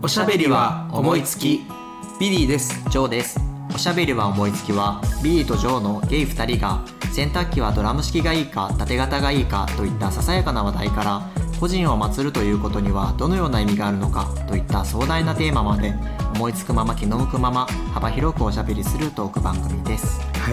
おしゃべりは思いつき。ビリーです。 ジョーです。おしゃべりは思いつきはビリーとジョーのゲイ2人が洗濯機はドラム式がいいか縦型がいいかといったささやかな話題から個人を祀るということにはどのような意味があるのかといった壮大なテーマまで思いつくまま気の向くまま幅広くおしゃべりするトーク番組です。 はい、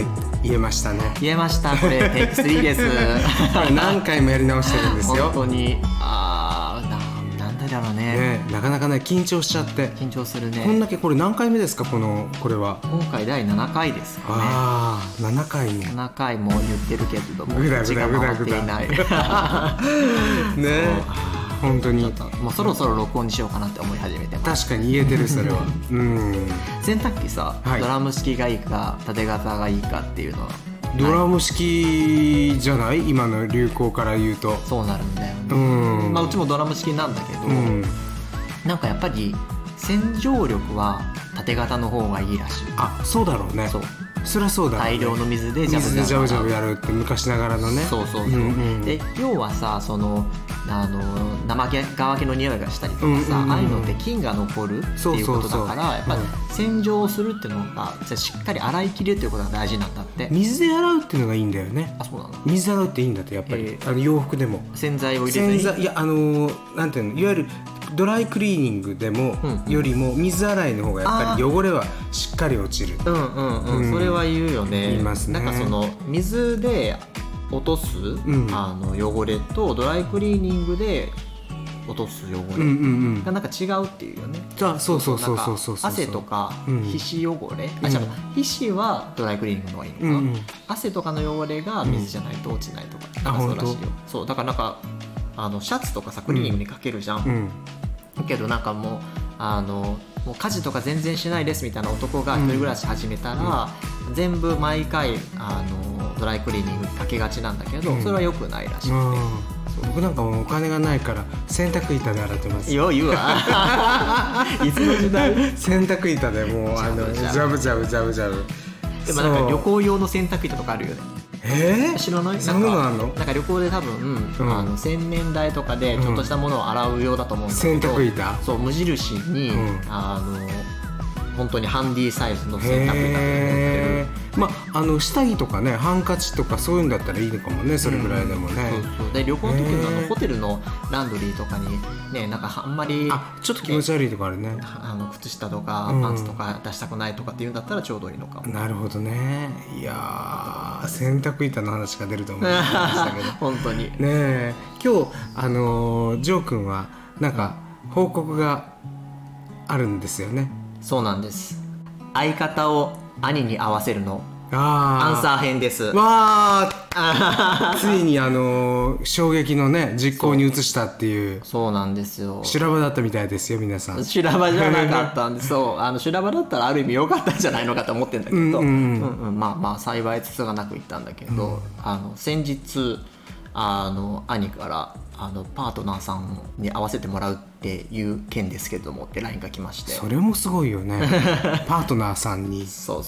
言えましたね。 言えました。これテイク3です何回もやり直してるんですよ。 本当になんでだろうね。 なかなかね緊張しちゃって。 緊張するね。 こんだけこれ何回目ですか、これは。 今回第7回ですかね。 ああ、7回も 7回も言ってるけれどもぐだぐだぐだぐだいないね。本当にもうそろそろ録音にしようかなって思い始めてます。 確かに言えてるそれは洗濯機さ、 はい、 ドラム式がいいか縦型がいいかっていうのはドラム式じゃない？今の流行から言うとそうなるんだよね。うちもドラム式なんだけど、なんかやっぱり洗浄力は縦型の方がいいらしい。 あ、そうだろうね。そりゃそうだろうね。 大量の水でジャブジャブやるって昔ながらのね。 そう、で要はさ、その生乾きの匂いがしたりとかさ、ああいうのって菌が残るっていうことだから、やっぱり洗浄するっていうのがしっかり洗い切るっていうことが大事なんだって。 水で洗うっていうのがいいんだよね。 あ、そうなの？ 水で洗うっていいんだって。やっぱり洋服でも洗剤を入れずに、 いやなんていうの、いわゆるドライクリーニングでも、よりも水洗いの方がやっぱり汚れはしっかり落ちる。 それは言うよね。 言いますね。 なんかその水で落とす、汚れとドライクリーニングで落とす汚れがなんか違うっていうよね。 そう汗とか皮脂汚れ、皮脂はドライクリーニングの方がいいのか、汗とかの汚れが水じゃないと落ちないとか、なんかそうらしいよ。そうだからなんかシャツとかさクリーニングにかけるじゃん、だけどなんかもう家事とか全然しないですみたいな男が一人暮らし始めたら、全部毎回ドライクリーニングにかけがちなんだけど、それは良くないらしくて、 僕なんかもうお金がないから洗濯板で洗ってます。 よ言うわいつの時代洗濯板でもうジャブジャブジャブジャブ。 でもなんか旅行用の洗濯板とかあるよね。知らない？ そんなのあんの？ なんか旅行で多分、洗面台とかでちょっとしたものを洗う用だと思うんだけど、 洗濯板？ そう、無印に、本当にハンディサイズの洗濯板って売ってる。下着とかね、ハンカチとかそういうんだったらいいのかもね、それぐらいでもね。 で旅行の時のホテルのランドリーとかにね、なんかあんまりちょっと気持ち悪いとかあるね。 靴下とかパンツとか出したくないとかっていうんだったらちょうどいいのかも。 なるほどね。いやー、洗濯板の話が出ると思いましたけど本当にね。今日ジョー君はなんか報告があるんですよね。 そうなんです。相方を兄に合わせるのアンサー編です。 わーついに衝撃のね実行に移したっていう。 そうなんですよ。 修羅場だったみたいですよ、皆さん。 修羅場じゃなかったんです。そう修羅場だったらある意味良かったんじゃないのかと思ってるんだけど、まあ幸いつつがなくいったんだけど、先日兄からパートナーさんに会わせてもらうっていう件ですけどもって LINE が来まして。 それもすごいよねパートナーさんに。 そう、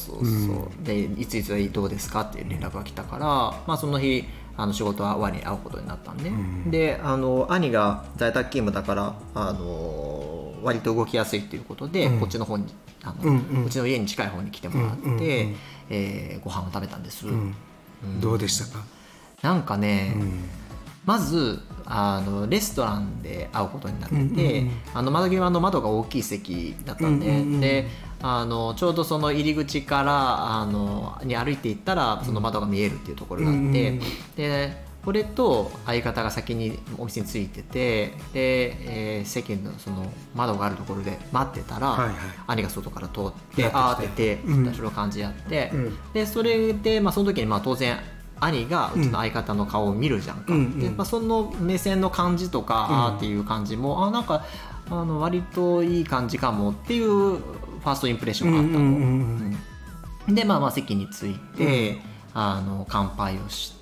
でいつどうですかっていう連絡が来たから、その日仕事は終わりに会うことになったんで、で兄が在宅勤務だから割と動きやすいっていうことで、こっちの方にうちの家に近い方に来てもらって、ご飯を食べたんです、 どうでしたか？ なんかね、まずレストランで会うことになってて、窓際の窓が大きい席だったんで、でちょうどその入り口からに歩いていったらその窓が見えるっていうところがあって、で俺と相方が先にお店に着いてて、で、席のその窓があるところで待ってたら、兄が外から通って手出しの感じやって、でそれで、その時に当然兄がうちの相方の顔を見るじゃんか、でその目線の感じとか、っていう感じもなんか割といい感じかもっていうファーストインプレッションがあったの、で席に着いて、乾杯をして、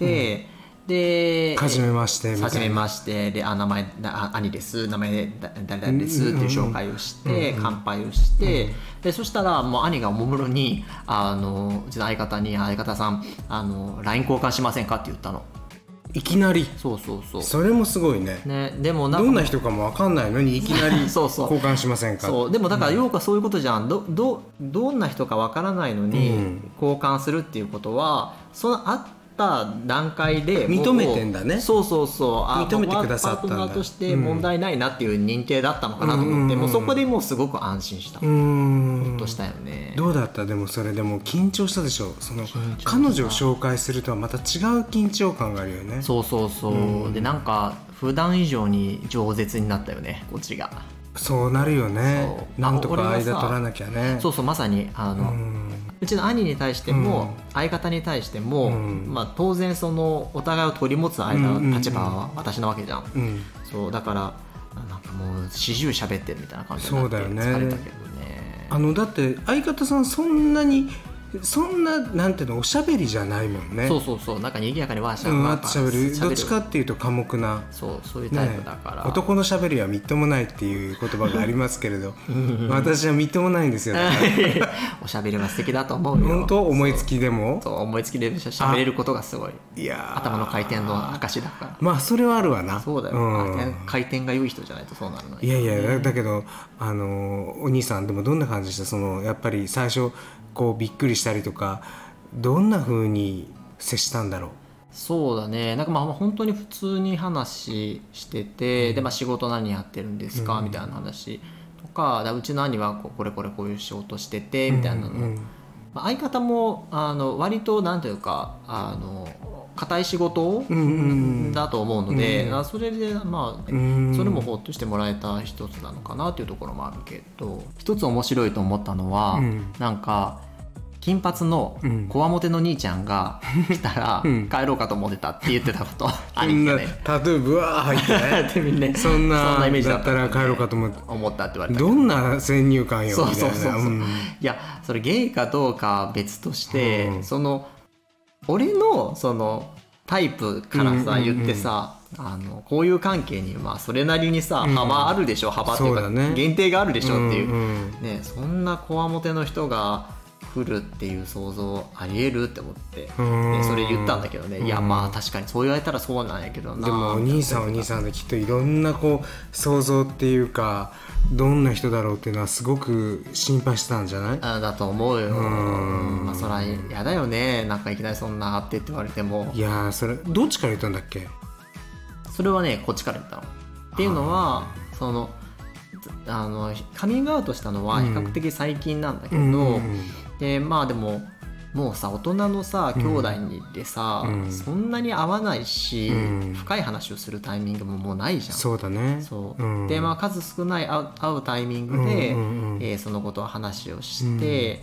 ではじめましてみたいな。 はじめましてで、名前兄です、名前誰々ですっていう紹介をして、乾杯をして、でそしたらもう兄がおもむろにうちの相方に、相方さんLINE 交換しませんかって言ったの。 いきなり。 そうそうそう。 それもすごいね。 でもどんな人かも分かんないのにいきなりそうそう交換しませんか。 そうでもだから要はそういうことじゃん。どんな人か分からないのに交換するっていうことは、その会った段階で認めてんだね。 そうそうそう。 認めてくださったんだ。 パートナーとして問題ないなっていう認定だったのかなと思って、もうそこでもうすごく安心した。ほっとしたよね。 どうだった？でもそれでも緊張したでしょ。その彼女を紹介するとはまた違う緊張感があるよね。 そうそうそう。でなんか普段以上に饒舌になったよね、こっちが。 そうなるよね。なんとか間取らなきゃね。 そうそう、まさにうちの兄に対しても、相方に対しても、まあ、当然そのお互いを取り持つ立場は私なわけじゃん、そうだからなんかもう始終喋ってるみたいな感じになって疲れたけどね。 だって相方さんそんななんていうのおしゃべりじゃないもんね。 そうそうそう、なんか賑やかにわーしゃべる、どっちかっていうと寡黙な、 そういうタイプだから、 男のしゃべりはみっともないっていう言葉がありますけれど私はみっともないんですよおしゃべりは素敵だと思うよ。 本当？思いつきでもそう思いつきでしゃべれることがすごい。いや頭の回転の証だから。 まあそれはあるわな。 そうだよ、回転が良い人じゃないとそうなるの。 いやだけどお兄さんでもどんな感じでした？やっぱり最初こうびっくりしたりとか、どんな風に接したんだろう。 そうだね、なんかまあ本当に普通に話してて、でまあ仕事何やってるんですかみたいな話とか、うちの兄はこれこういう仕事しててみたいなの、相方も割となんというか固い仕事だと思うので、それでまあそれもほっとしてもらえた一つなのかなっていうところもあるけど、一つ面白いと思ったのは、なんか金髪のこわもての兄ちゃんが来たら帰ろうかと思ってたって言ってたことありね。 タトゥーブワー入ってねそんなイメージだったら帰ろうかと思ったって言われた。どんな先入観よみたいな。 いやそれゲイかどうかは別として、俺のタイプからさ言ってさ、こういう関係にまあそれなりにさ幅あるでしょ、幅っていうか限定があるでしょっていうね、そんなこわもての人が来るっていう想像ありえるって思って、それ言ったんだけどね、いやまあ確かにそう言われたらそうなんやけどな。 でもお兄さんできっといろんなこう想像っていうか、どんな人だろうっていうのはすごく心配してたんじゃない？ だと思うよ。まあそれは嫌だよね、なんかいきなりそんなあってって言われても。 いやそれどっちから言ったんだっけ？それはねこっちから言ったの。っていうのはカミングアウトしたのは比較的最近なんだけど、でまあでももうさ大人のさ兄弟でさ、そんなに会わないし、深い話をするタイミングももうないじゃん。 そうだね。 でまあ数少ない会うタイミングで、そのことを話をして、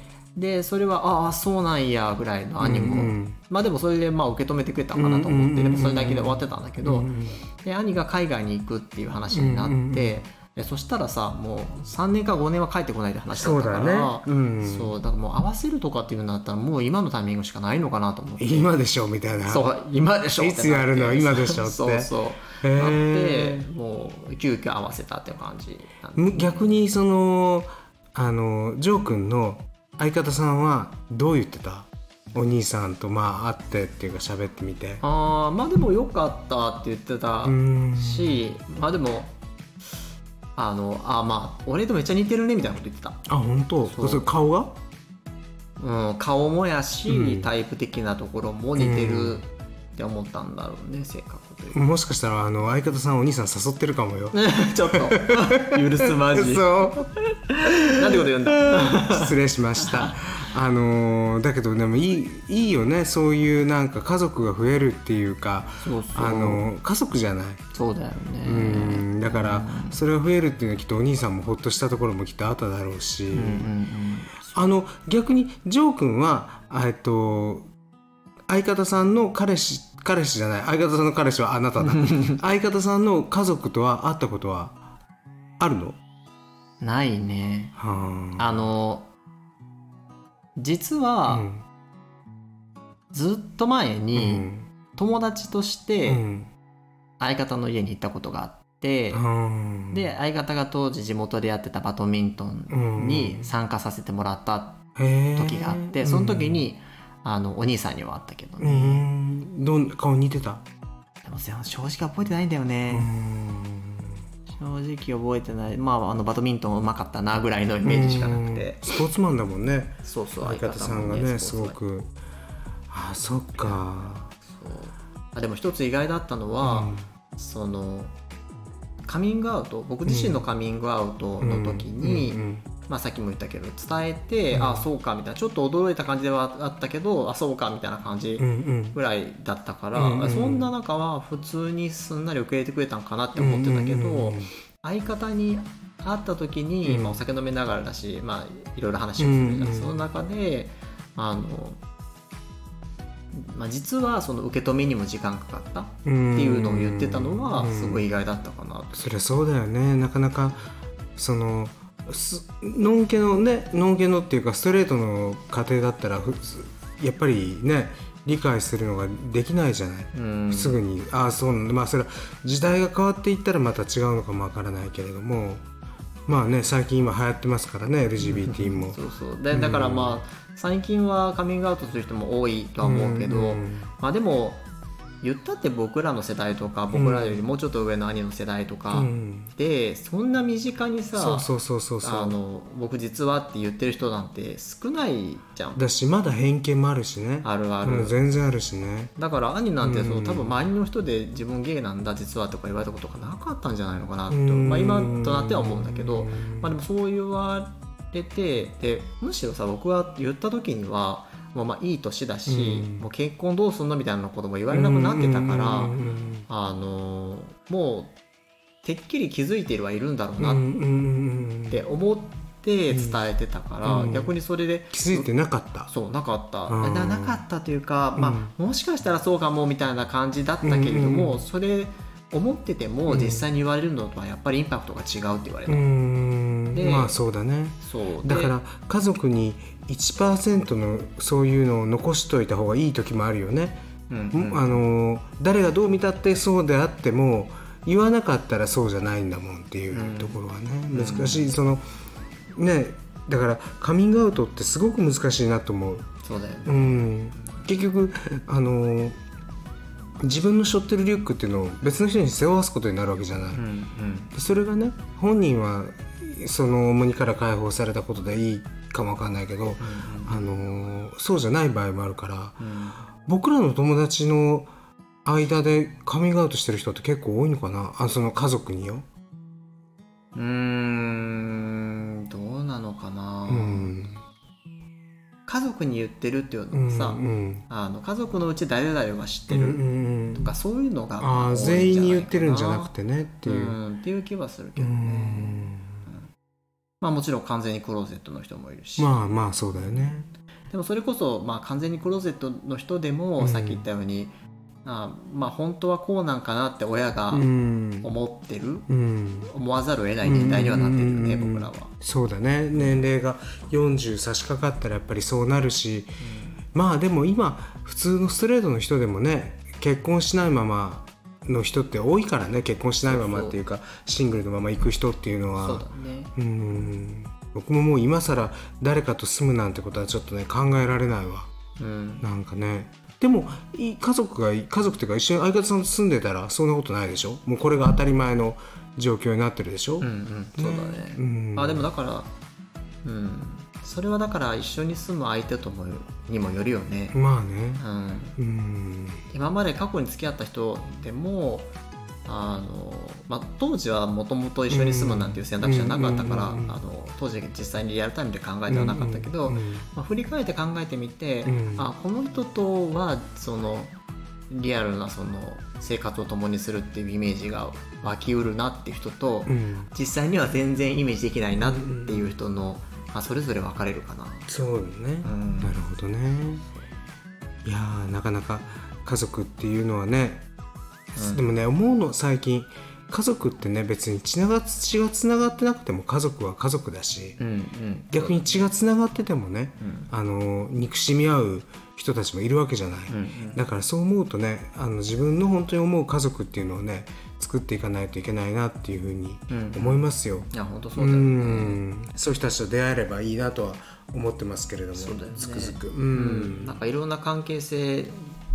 でそれはああそうなんやぐらいの兄も、まあでもそれでまあ受け止めてくれたかなと思って、でもそれだけで終わってたんだけど、で兄が海外に行くっていう話になって、そしたらさもう3年か5年は帰ってこないって話だったから、そうだからもう合わせるとかっていうんだったらもう今のタイミングしかないのかなと思って、 今でしょみたいな。 そう今でしょっていつやるの今でしょってそうなってもう急遽合わせたっていう感じなんで。 逆にジョー君の相方さんはどう言ってた？お兄さんとまあ会ってっていうか喋ってみて。 まあでもよかったって言ってたし、まあでもまあ俺とめっちゃ似てるねみたいなこと言ってた。 本当？それ顔が？ 顔もやし、タイプ的なところも似てるって思ったんだろうね、性格というか。 もしかしたら相方さんお兄さん誘ってるかもよちょっと許すまじそうなんてこと言うんだ失礼しましただけどでもいいよね、そういうなんか家族が増えるっていうか、家族じゃない。 そうだよね。 だからそれが増えるっていうのはきっとお兄さんもほっとしたところもきっとあっただろうし、逆にジョー君は相方さんの彼氏じゃない、相方さんの彼氏はあなただ相方さんの家族とは会ったことはあるの？ ないね。実は、ずっと前に友達として相方の家に行ったことがあって、で相方が当時地元でやってたバドミントンに参加させてもらった時があって、その時にお兄さんには会ったけどね。 顔似てた？ でも正直覚えてないんだよね。正直覚えてない。バドミントンうまかったなぐらいのイメージしかなくて。 スポーツマンだもんね。 そう相方さんがねすごく。そっか。 でも一つ意外だったのは、そのカミングアウト、僕自身のカミングアウトの時に、さっきも言ったけど伝えて、そうかみたいな、ちょっと驚いた感じではあったけど、そうかみたいな感じぐらいだったから、そんな中は普通にすんなり受け入れてくれたんかなって思ってたけど、相方に会った時に、お酒飲みながらだし、いろいろ話をするじゃん、その中で実はその受け止めにも時間かかったっていうのを言ってたのはすごい意外だったかなと。 そりゃそうだよね。なかなかそののんけのっていうかストレートの家庭だったらやっぱりね理解するのができないじゃない、すぐにそうなんだ。それは時代が変わっていったらまた違うのかもわからないけれども、最近今流行ってますからね LGBT も。 そうでだから最近はカミングアウトする人も多いとは思うけど、でも言ったって僕らの世代とか僕らよりもうちょっと上の兄の世代とかで、そんな身近にさ、僕実はって言ってる人なんて少ないじゃん。 だしまだ偏見もあるしね。 あるある、 全然あるしね。だから兄なんて多分周りの人で自分ゲイなんだ実はとか言われたことがなかったんじゃないのかなと、今となっては思うんだけど、でもそう言われて、でむしろさ僕は言った時にはもういい年だし、もう結婚どうすんのみたいなことも言われなくなってたから、もうてっきり気づいてはいるんだろうなって思って伝えてたから、逆にそれで気づいてなかった。 そうなかったというか、もしかしたらそうかもみたいな感じだったけれども、それ思ってても実際に言われるのとはやっぱりインパクトが違うって言われた。 でそうだね。だから家族に1% のそういうのを残しといた方がいい時もあるよね。誰がどう見たってそうであっても言わなかったらそうじゃないんだもんっていうところはね、難しい。だからカミングアウトってすごく難しいなと思う。 そうだよね。 結局自分の背負ってるリュックっていうのを別の人に背負わすことになるわけじゃない、それがね本人はその重荷から解放されたことでいいかもわかんないけど、そうじゃない場合もあるから、僕らの友達の間でカミングアウトしてる人って結構多いのかな。その家族によ。 どうなのかな。家族に言ってるっていうのもさ、家族のうち誰々は知ってるとか、そういうのが多いんじゃないかな。 全員に言ってるんじゃなくてねっていう気はするけどね。もちろん完全にクローゼットの人もいるし、 そうだよね。 でもそれこそ、完全にクローゼットの人でも、さっき言ったように本当はこうなんかなって親が思ってる、思わざるを得ない年代にはなってるよね、僕らは。 そうだね。年齢が40差し掛かったらやっぱりそうなるし、でも今普通のストレートの人でもね結婚しないままの人って多いからね。結婚しないままっていうかシングルのまま行く人っていうのは。 そうだね。 僕ももう今更誰かと住むなんてことはちょっとね考えられないわ。なんかね。でも家族っていうか一緒に相方さんと住んでたらそんなことないでしょ。もうこれが当たり前の状況になってるでしょ。 そうだね。でもだからそれはだから一緒に住む相手にもよるよね。今まで過去に付き合った人でも当時はもともと一緒に住むなんていう選択肢はなかったから、当時実際にリアルタイムで考えてはなかったけど、振り返って考えてみて、この人とはそのリアルなその生活を共にするっていうイメージが湧きうるなっていう人と、実際には全然イメージできないなっていう人の、それぞれ分かれるかな。 そうね、なるほどね。いやなかなか家族っていうのはね、でもね思うの最近家族ってね別に血がつながってなくても家族は家族だし、逆に血がつながっててもね、憎しみ合う人たちもいるわけじゃない、だからそう思うとね自分の本当に思う家族っていうのをね作っていかないといけないなっていうふうに思いますよ。 いや本当そうだよね。 そういう人たちと出会えればいいなとは思ってますけれども、つくづくなんかいろんな関係性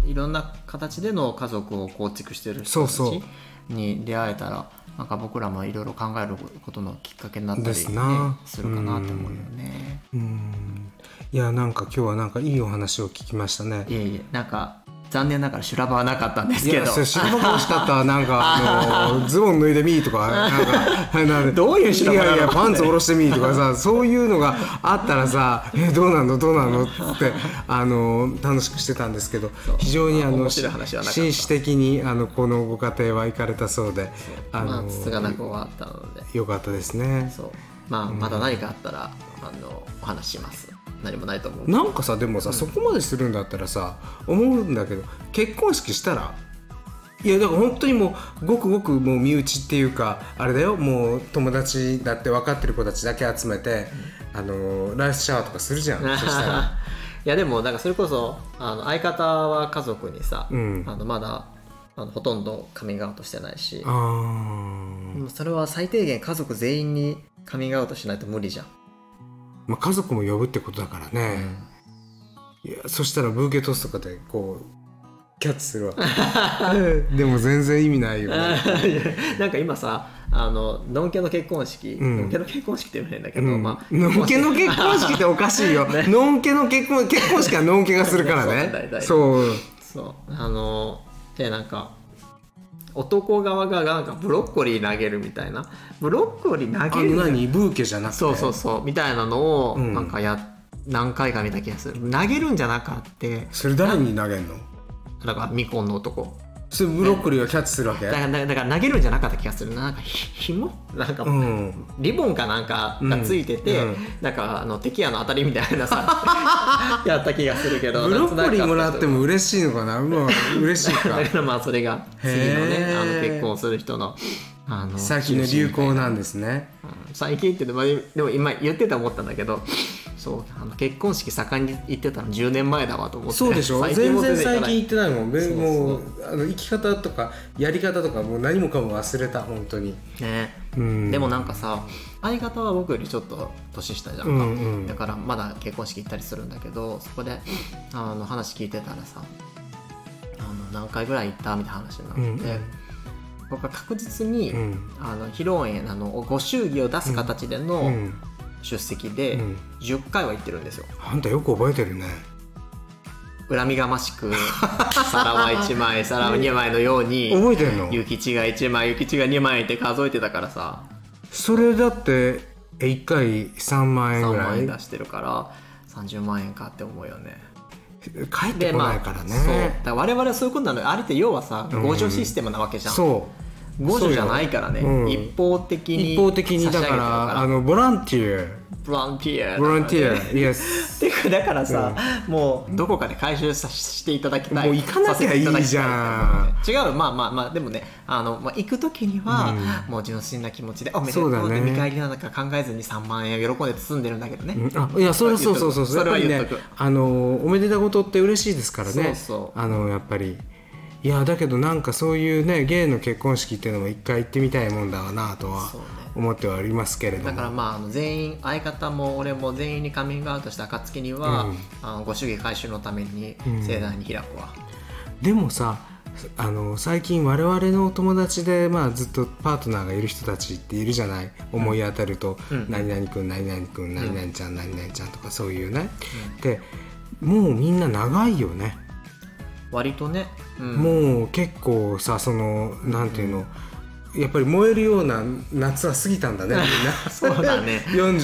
いろんな形での家族を構築してる人たちに出会えたら、なんか僕らもいろいろ考えることのきっかけになったり、ね、するかなって思うよね。 いやなんか今日はなんかいいお話を聞きましたね。 いえいえ、なんか残念ながら修羅場はなかったんですけど。いや修羅場が欲しかった。なんかズボン脱いでみーとかなんかどういう修羅場なの。 いやパンツ下ろしてみーとかさそういうのがあったらさどうなんのって楽しくしてたんですけど、非常に紳士的にこのご家庭は行かれたそうで、 つつがなく終わったのでよかったですね。 そう、まだ何かあったらお話します。何もないと思う。 なんかさでもさ、そこまでするんだったらさ思うんだけど、結婚式したら、いやだから本当にもうごくごくもう身内っていうかあれだよ、もう友達だって分かってる子たちだけ集めて、ライスシャワーとかするじゃんそしたらいやでもなんかそれこそ相方は家族にさ、まだほとんどカミングアウトしてないし、それは最低限家族全員にカミングアウトしないと無理じゃん。 家族も呼ぶってことだからね、いやそしたらブーケトスとかでこうキャッチするわでも全然意味ないよねなんか今さのんけの結婚式、のんけの結婚式って言わないんだけど、のんけの結婚式っておかしいよ、ね、のんけの結婚式はのんけがするからねそうでなんか男側がなんかブロッコリー投げるみたいな、ブロッコリー投げる何ブーケじゃなくてそうみたいなのをなんか何回か見た気がする。投げるんじゃなかって、 それ誰に投げんの？ だから未婚の男、 それブロッコリーがキャッチするわけ？だから投げるんじゃなかった気がする。なんか紐なんか、リボンかなんかがついてて、なんか敵の当たりみたいなさやった気がするけど、 ブロッコリーもらっても嬉しいのかな？嬉しいかだからそれが次のね結婚する人の最近の流行なんですね。 最近ってでも今言ってて思ったんだけど、そう結婚式盛んに行ってたの10年前だわと思って。 そうでしょ。全然最近行ってないもん。もう生き方とかやり方とかもう何もかも忘れた本当にね。でもなんかさ、相方は僕よりちょっと年下じゃんか、だからまだ結婚式行ったりするんだけど、そこで話聞いてたらさ、何回ぐらい行ったみたいな話になって、僕は確実に、披露宴ご祝儀を出す形での、出席で10回は行ってるんですよ。 あんたよく覚えてるね。 恨みがましく皿は1枚皿は2枚のように覚えてんの？ 諭吉が1枚諭吉が2枚って数えてたからさ。 それだって1回3万円ぐらい 3万円出してるから30万円かって思うよね。 帰ってこないからね。 そうだから我々はそういうことなの。あれって要はさ互助システムなわけじゃん。 そう互助じゃないからね、一方的にだからボランティアイエスてかだからさ、もうどこかで回収していただきたい。 もう行かなきゃいいじゃん。 違う、まあでもね行く時には、もう純粋な気持ちでおめでとうって見返りなんだか考えずに3万円を喜んで包んでるんだけどね。 いやそうそれは言っとく。おめでたことって嬉しいですからね。やっぱりいやだけどなんかそういうねゲイの結婚式っていうのも一回行ってみたいもんだなとは思ってはおりますけれども、 だから全員相方も俺も全員にカミングアウトした暁には、ご祝儀回収のために盛大に開くわ。 でもさ最近我々のお友達で、ずっとパートナーがいる人たちっているじゃない、思い当たると、何々くん何々くん何々ちゃん何々ちゃんとかそういうね、でもうみんな長いよね割とね、 もう結構さなんていうの、やっぱり燃えるような夏は過ぎたんだねみんなそうだね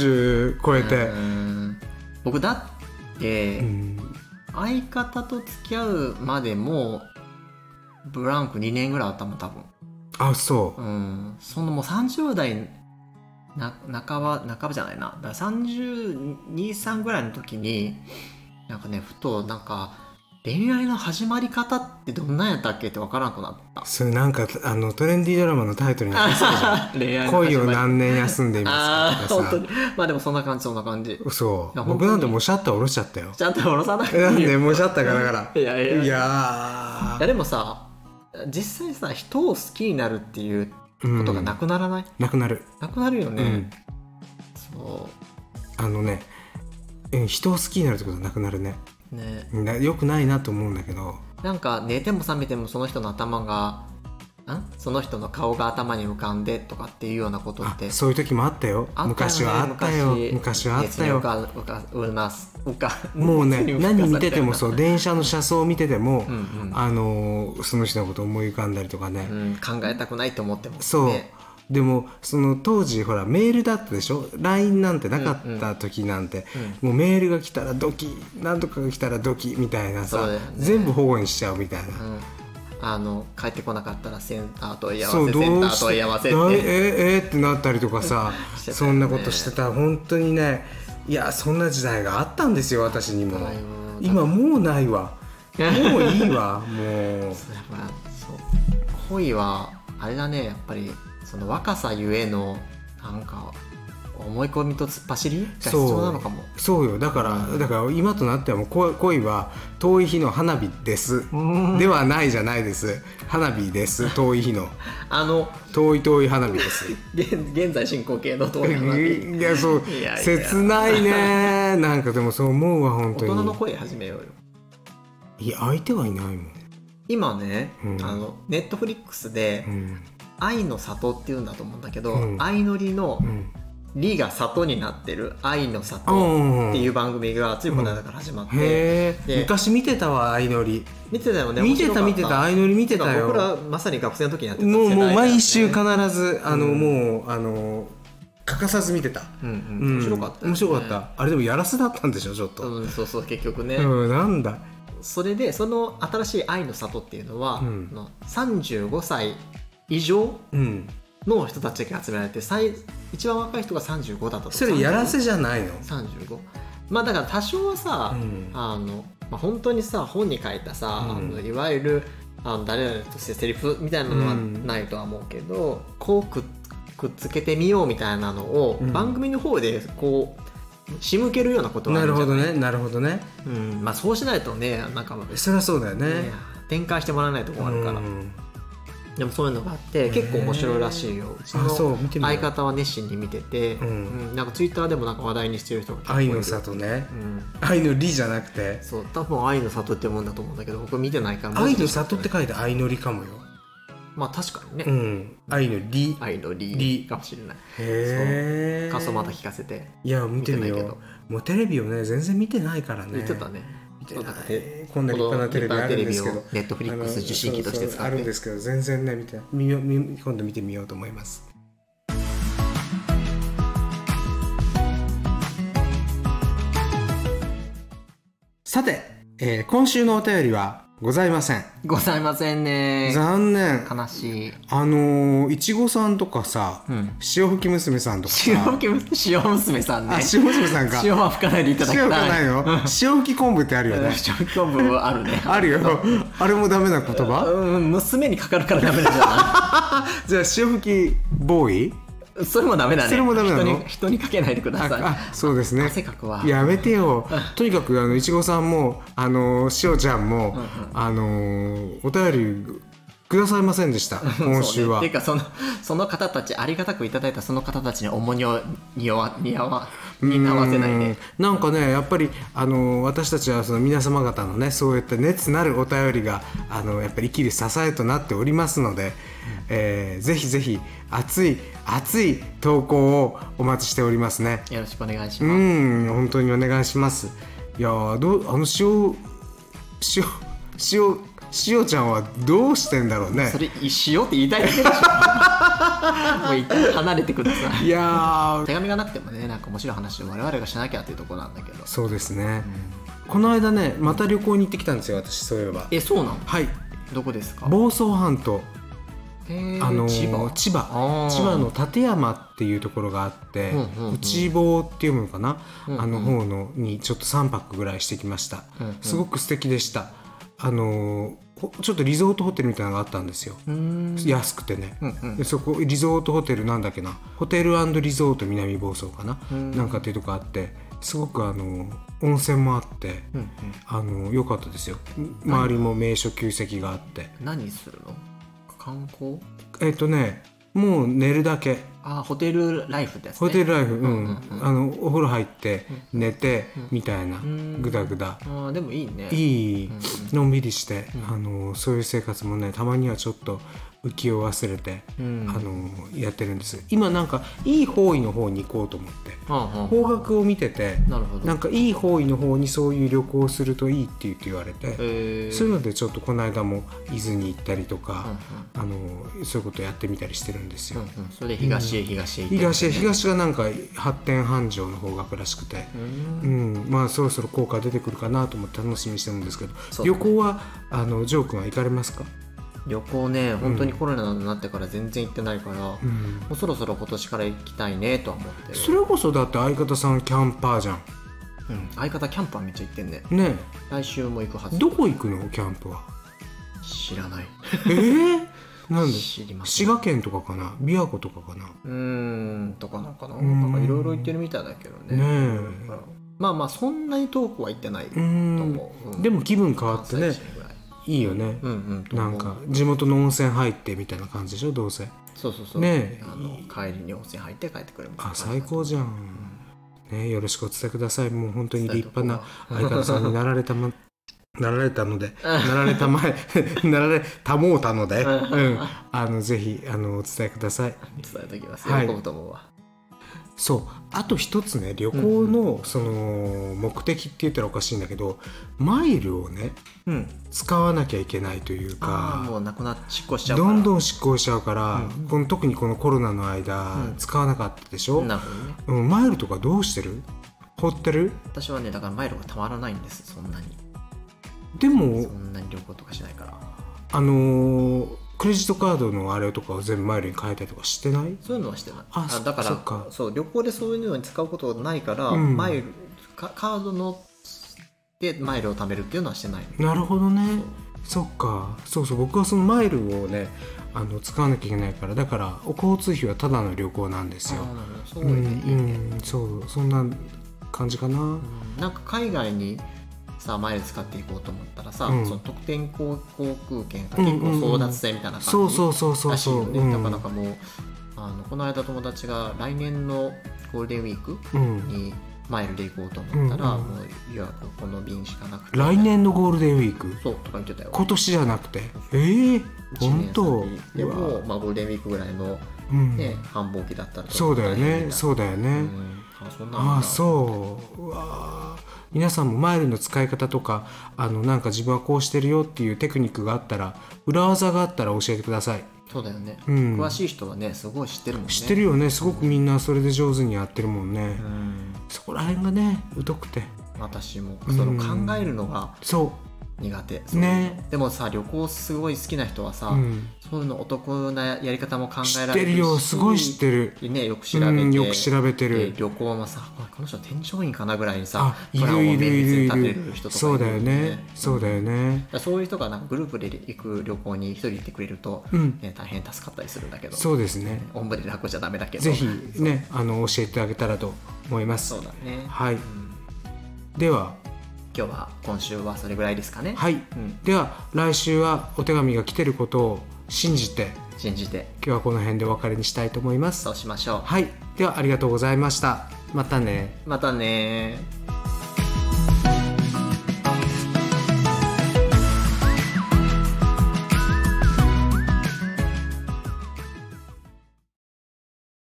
40超えて、 僕だって、相方と付き合うまでもブランク2年ぐらいあったもん多分。 あ、そう、 そのもう30代半ばじゃないな、だから32、3ぐらいの時になんかね、ふとなんか恋愛の始まり方ってどんなんやったっけって分からなくなった。 それなんかトレンディードラマのタイトルになってそうじゃん恋愛恋を何年休んでいますかとかさ。 本当にでもそんな感じ。 そう僕なんてもうシャッター下ろしちゃったよ。 シャッター下ろさないなんでもうシャッターがだからいやでもさ、実際さ人を好きになるっていうことがなくならない？ なくなるよね、 そう人を好きになるってことはなくなるね。よくないなと思うんだけど、 なんか寝ても覚めてもその人の頭がその人の顔が頭に浮かんでとかっていうようなことって、 そういう時もあったよ。昔はあったよ。昔はあったよ。もうね、何見ててもそう、電車の車窓を見てても、その人のこと思い浮かんだりとかね、 考えたくないと思ってますね。そうでもその当時ほらメールだったでしょ。 LINE なんてなかった時なんて、もうメールが来たらドキ、なんとかが来たらドキみたいなさ、全部保護にしちゃうみたいな、 帰ってこなかったらセンター問い合わせ、センター問い合わせってってなったりとかさそんなことしてたら本当にね、いやそんな時代があったんですよ私にも。今もうないわ、もういいわもう恋はあれだね、やっぱりその若さゆえのなんか思い込みと突っ走りが必要なのかも。 そうよ。だから今となってはもう恋は遠い日の花火ですではないじゃないです。花火です。遠い日の遠い花火です現在進行形の遠い花火いやそう切ないねなんかでもそう思うわ本当に。 大人の恋始めようよ。 いや相手はいないもん今ね、ネットフリックスで、愛の里っていうんだと思うんだけど、相乗りの、リが里になってる愛の里っていう番組がついこの間から始まって、 昔見てたわ相乗り。 見てたよね。 見てた相乗り見てたよ。 僕らまさに学生の時にやってたもう毎週必ずもう欠かさず見てた。 面白かった、 面白かった。あれでもやらせだったんでしょちょっと。 そう結局ね。 なんだ。 それでその新しい愛の里っていうのは、35歳以上の人たちが集められて、一番若い人が35だったと。 それやらせじゃないの 35。 まあだから多少はさ、本当にさ本に書いたさ、いわゆる誰々としてセリフみたいなのはないとは思うけど、こうくっつけてみようみたいなのを番組の方でこう仕向けるようなことはあるんじゃない？ なるほどね。 そうしないとね、なんかそりゃそうだよね。 展開してもらわないとこあるから。でもそういうのがあって結構面白いらしいよ。うちの相方は熱心に見てて、なんかツイッターでもなんか話題にしてる人が結構いる。 愛の里ね、愛のりじゃなくて、 そう多分愛の里ってもんだと思うんだけど、僕見てないから愛の里って書いて愛のりかもよ。 まあ確かにね、 愛のりかもしれない。 へえ。 感想また聞かせて。 いや見てみよう。もうテレビをね全然見てないからね。 言ってたね。 こんな立派なテレビあるんですけど、 ネットフリックス受信機として使ってあるんですけど、全然ね今度見てみようと思います。さて、今週のお便りはございませんね。 残念。 悲しい。 いちごさんとかさ、潮吹き娘さんとかさ、 塩娘さんね。 塩娘さんか。 塩は吹かないでいただきたい。 塩吹かないの？塩吹き昆布ってあるよね。 塩吹き昆布あるね。 あるよ。あれもダメな言葉？ 娘にかかるからダメなんじゃない？ じゃあ塩吹きボーイ？ それもダメだね。 それもダメなの？ 人にかけないでください。 そうですね。 汗かくわ。 やめてよ。とにかくいちごさんもしおちゃんもお便りくださいませんでした今週は。 っていうかその方たち、ありがたくいただいたその方たちに重荷を担わせないで。 なんかねやっぱり私たちはその皆様方のねそういった熱なるお便りがやっぱり生きる支えとなっておりますので、ぜひぜひ熱い投稿をお待ちしておりますね。 よろしくお願いします。 本当にお願いします。いや塩ちゃんはどうしてんだろうね。 それ塩って言いたいだけでしょもう一回離れてください。 いや手紙がなくてもね、なんか面白い話を我々がしなきゃっていうところなんだけど。 そうですね、この間ねまた旅行に行ってきたんですよ私。そういえば。 そうなの？ はい。 どこですか？ 房総半島。千千葉の館山っていうところがあって、内房っていうのかな、方のにちょっと3泊ぐらいしてきました。すごく素敵でした。ちょっとリゾートホテルみたいなのがあったんですよ。安くてね、でそこリゾートホテルなんだっけな、ホテル&リゾート南房総かな、なんかっていうとこあって、すごく温泉もあって、良かったですよ。周りも名所旧跡があって。 何するの？観光？ もう寝るだけ。 ホテルライフってやつね。 ホテルライフ、お風呂入って寝てみたいな、グダグダ。 でもいいね。 いい、のんびりして、そういう生活もね、たまにはちょっと浮きを忘れて、やってるんです。今なんかいい方位の方に行こうと思って、方角を見てて、なんかいい方位の方にそういう旅行をするといいって言われて、そういうのでちょっとこの間も伊豆に行ったりとか、そういうことやってみたりしてるんですよ。 それで東へ行って、 東がなんか発展繁盛の方角らしくて、まあそろそろ効果出てくるかなと思って楽しみにしてるんですけど、旅行はジョー君は行かれますか？ 旅行ね、本当にコロナになってから全然行ってないから、もうそろそろ今年から行きたいねとは思ってる。 それこそだって相方さんキャンパーじゃん。 相方キャンパーめっちゃ行ってんね。 ねえ、来週も行くはず。 どこ行くのキャンプは？ 知らない。 なんで？ 知りません。 滋賀県とかかな、琵琶湖とかかな、 とかなんかな、なんかいろいろ行ってるみたいだけどね。まあまあそんなに遠くは行ってないと思う。 でも気分変わってね、いいよね。なんか地元の温泉入ってみたいな感じでしょ、どうせ。 そうね、 帰りに温泉入って帰ってくるみたいな。 最高じゃん。ね、よろしくお伝えください。もう本当に立派な相方さんになられたのでなられたもうたので、ぜひお伝えください。 伝えておきます。喜ぶと思うわ。 そう、あと一つね、旅行のその目的って言ったらおかしいんだけど、マイルをね、使わなきゃいけないというか、 もうなくなって執行しちゃうから、 どんどん執行しちゃうから、特にこのコロナの間、使わなかったでしょ。 なるほどね。 マイルとかどうしてる？掘ってる？ 私はね、だからマイルがたまらないんです。そんなに。 でもそんなに旅行とかしないから。 クレジットカードのあれとかを全部マイルに変えたりとかしてない？ そういうのはしてない。 だからそう旅行でそういうのに使うことないから、マイルカードのでマイルを貯めるっていうのはしてない。 なるほどね。そっか。そう僕はそのマイルをね使わなきゃいけないから、だから交通費はただの旅行なんですよ。 そうね、いいね。 そんな感じかな。 なんか海外にさマイル使っていこうと思ったらさ、その特典航空券が結構争奪戦みたいな感じらしいよね。だからなんかもうこの間友達が来年のゴールデンウィークにマイルで行こうと思ったら、もういやこの便しかなくて、 来年のゴールデンウィークそうとか言ってたよ。 今年じゃなくて本当でも、ゴールデンウィークぐらいの、繁忙期だったらそうだよね。そううわ、皆さんもマイルの使い方とかなんか自分はこうしてるよっていうテクニックがあったら、裏技があったら教えてください。 そうだよね、詳しい人はねすごい知ってるもんね。 知ってるよね。すごくみんなそれで上手にやってるもんね。そこら辺がね疎くて、 私もその考えるのが苦手ね。でもさ旅行すごい好きな人はさ、そういうのお得なやり方も考えられるし、知ってるよ。すごい知ってる、ね、よく調べてる。旅行もさこの人添乗員かなぐらいにさプランを綿密に立てる人とかいる。そうだよね。そういう人がなんかグループで行く旅行に一人で行ってくれると、大変助かったりするんだけど。そうですね。おんぶで楽じゃダメだけど、ぜひね教えていただけたらと思います。そうだね。はい、では今週はそれぐらいですかね。はい、では来週はお手紙が来てることを信じて今日はこの辺でお別れにしたいと思います。そうしましょう。はい、ではありがとうございました。またね。